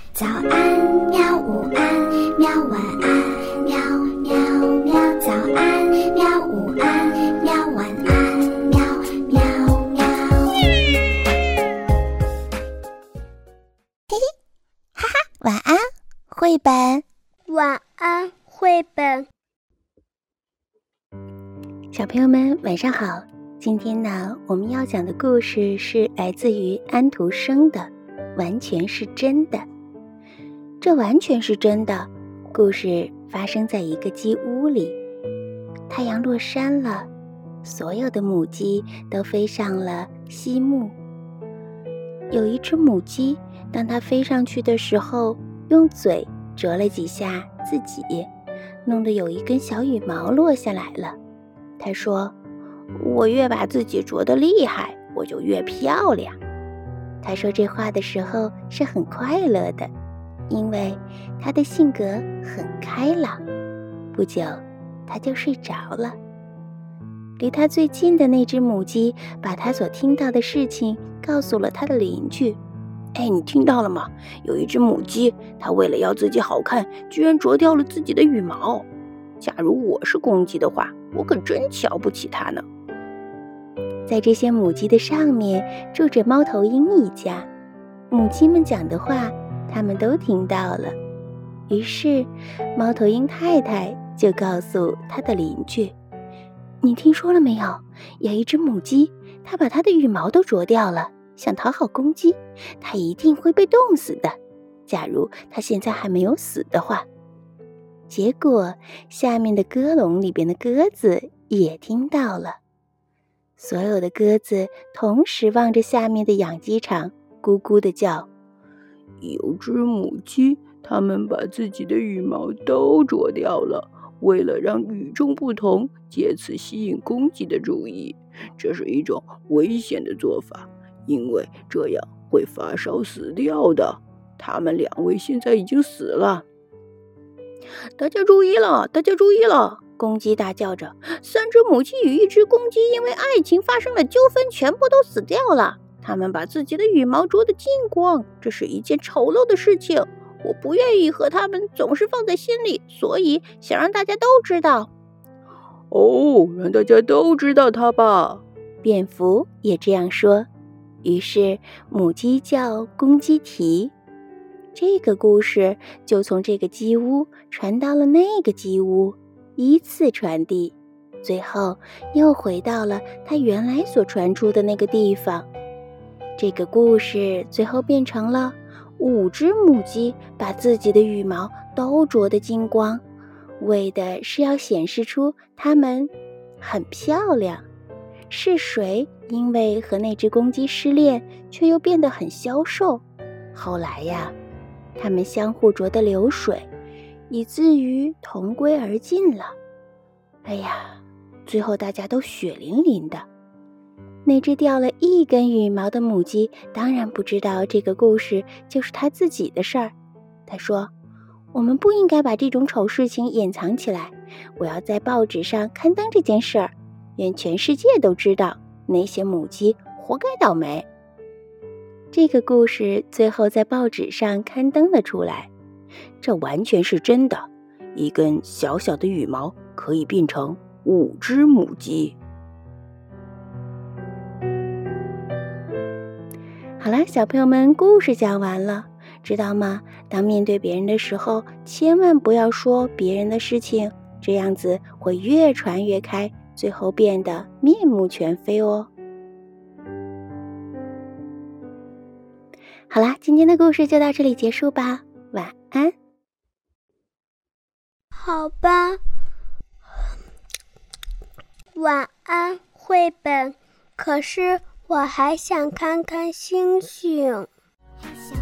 早安喵，午安喵，晚安喵喵喵，早安喵，午安喵，晚安喵喵喵。 嘿嘿，哈哈，晚安绘本。 晚安绘本。 小朋友们晚上好，今天呢，我们要讲的故事是来自于安徒生的《完全是真的》。这完全是真的，故事发生在一个鸡屋里。太阳落山了，所有的母鸡都飞上了溪木。有一只母鸡，当它飞上去的时候，用嘴啄了几下自己，弄得有一根小羽毛落下来了。他说，我越把自己啄得厉害，我就越漂亮。他说这话的时候是很快乐的，因为他的性格很开朗。不久他就睡着了。离他最近的那只母鸡把他所听到的事情告诉了他的邻居。你听到了吗？有一只母鸡，它为了要自己好看，居然啄掉了自己的羽毛。假如我是公鸡的话，我可真瞧不起它呢。在这些母鸡的上面住着猫头鹰一家，母鸡们讲的话他们都听到了。于是猫头鹰太太就告诉他的邻居，你听说了没有？有一只母鸡，它把它的羽毛都啄掉了，想讨好公鸡，它一定会被冻死的。假如它现在还没有死的话。结果下面的鸽笼里边的鸽子也听到了。所有的鸽子同时望着下面的养鸡场，咕咕地叫，有只母鸡，它们把自己的羽毛都啄掉了，为了让与众不同，借此吸引公鸡的注意。这是一种危险的做法，因为这样会发烧死掉的。它们两位现在已经死了。大家注意了，大家注意了！公鸡大叫着，三只母鸡与一只公鸡因为爱情发生了纠纷，全部都死掉了。它们把自己的羽毛啄得精光，这是一件丑陋的事情。我不愿意和它们总是放在心里，所以想让大家都知道。让大家都知道它吧。蝙蝠也这样说。于是母鸡叫，公鸡啼。这个故事就从这个鸡屋传到了那个鸡屋，依次传递，最后又回到了它原来所传出的那个地方。这个故事最后变成了5只母鸡把自己的羽毛都啄得精光，为的是要显示出它们很漂亮。是谁因为和那只公鸡失恋，却又变得很消瘦？后来呀，他们相互啄得流水，以至于同归而尽了。最后大家都血淋淋的。那只掉了1根羽毛的母鸡当然不知道这个故事就是他自己的事儿。他说，我们不应该把这种丑事情掩藏起来，我要在报纸上刊登这件事儿，愿全世界都知道那些母鸡活该倒霉。这个故事最后在报纸上刊登了出来。这完全是真的，一根小小的羽毛可以变成5只母鸡。好了，小朋友们，故事讲完了，知道吗？当面对别人的时候，千万不要说别人的事情，这样子会越传越开，最后变得面目全非哦。好啦，今天的故事就到这里结束吧，晚安。 好吧，晚安绘本。可是我还想看看星星。 想